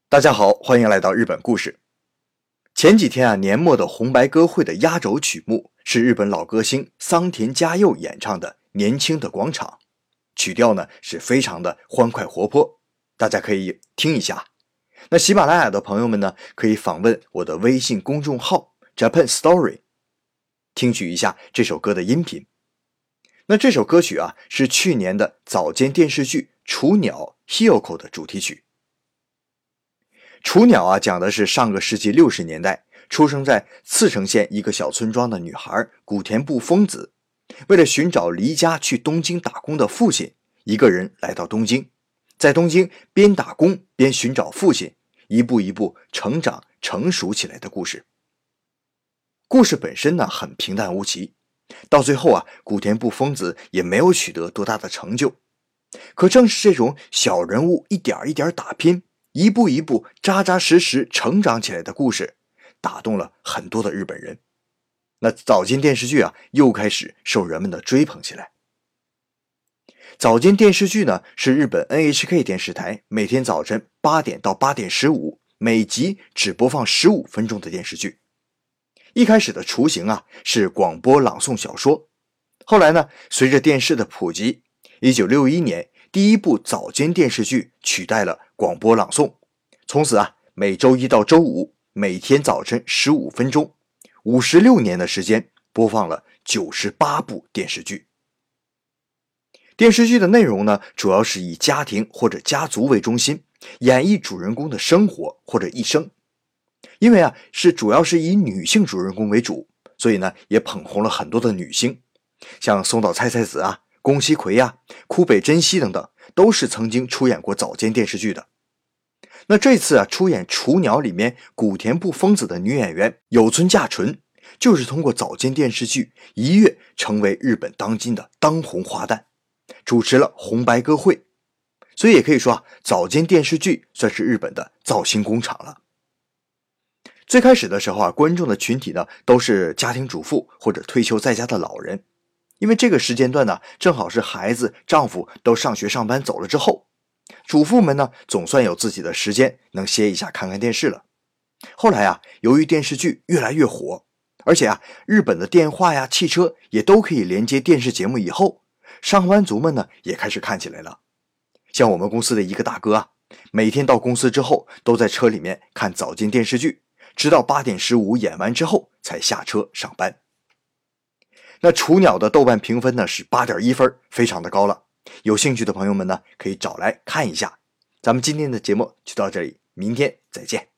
大家好，欢迎来到日本故事。前几天年末的红白歌会的压轴曲目是日本老歌星桑田佳佑演唱的《年轻的广场》，曲调呢是非常的欢快活泼，大家可以听一下。那喜马拉雅的朋友们呢，可以访问我的微信公众号 Japan Story， 听取一下这首歌的音频。那这首歌曲是去年的早间电视剧《雏鸟》Hiyoko 的主题曲。雏鸟讲的是上个世纪60年代出生在茨城县一个小村庄的女孩古田部丰子，为了寻找离家去东京打工的父亲，一个人来到东京，在东京边打工边寻找父亲，一步一步成长成熟起来的故事。故事本身呢很平淡无奇，到最后古田部丰子也没有取得多大的成就。可正是这种小人物一点一点打拼，一步一步扎扎实实成长起来的故事，打动了很多的日本人。那早间电视剧又开始受人们的追捧起来。早间电视剧呢是日本 NHK 电视台每天早晨8点到8点15，每集只播放15分钟的电视剧。一开始的雏形是广播朗诵小说，后来呢随着电视的普及，1961年第一部早间电视剧取代了广播朗诵，从此每周一到周五每天早晨15分钟，56年的时间播放了98部电视剧。电视剧的内容呢，主要是以家庭或者家族为中心，演绎主人公的生活或者一生。因为主要是以女性主人公为主，所以呢也捧红了很多的女星，像松岛菜菜子宫西葵枯北真希等等，都是曾经出演过早间电视剧的。那这次出演《雏鸟》里面古田部丰子的女演员有村架纯，就是通过早间电视剧一跃成为日本当今的当红花旦，主持了红白歌会，所以也可以说早间电视剧算是日本的造星工厂了。最开始的时候观众的群体呢都是家庭主妇或者退休在家的老人，因为这个时间段呢正好是孩子丈夫都上学上班走了之后，主妇们呢总算有自己的时间能歇一下看看电视了。后来由于电视剧越来越火，而且日本的电话汽车也都可以连接电视节目以后，上班族们呢也开始看起来了。像我们公司的一个大哥每天到公司之后都在车里面看早间电视剧，直到8点15演完之后才下车上班。那雏鸟的豆瓣评分呢是 8.1 分，非常的高了。有兴趣的朋友们呢可以找来看一下。咱们今天的节目就到这里，明天再见。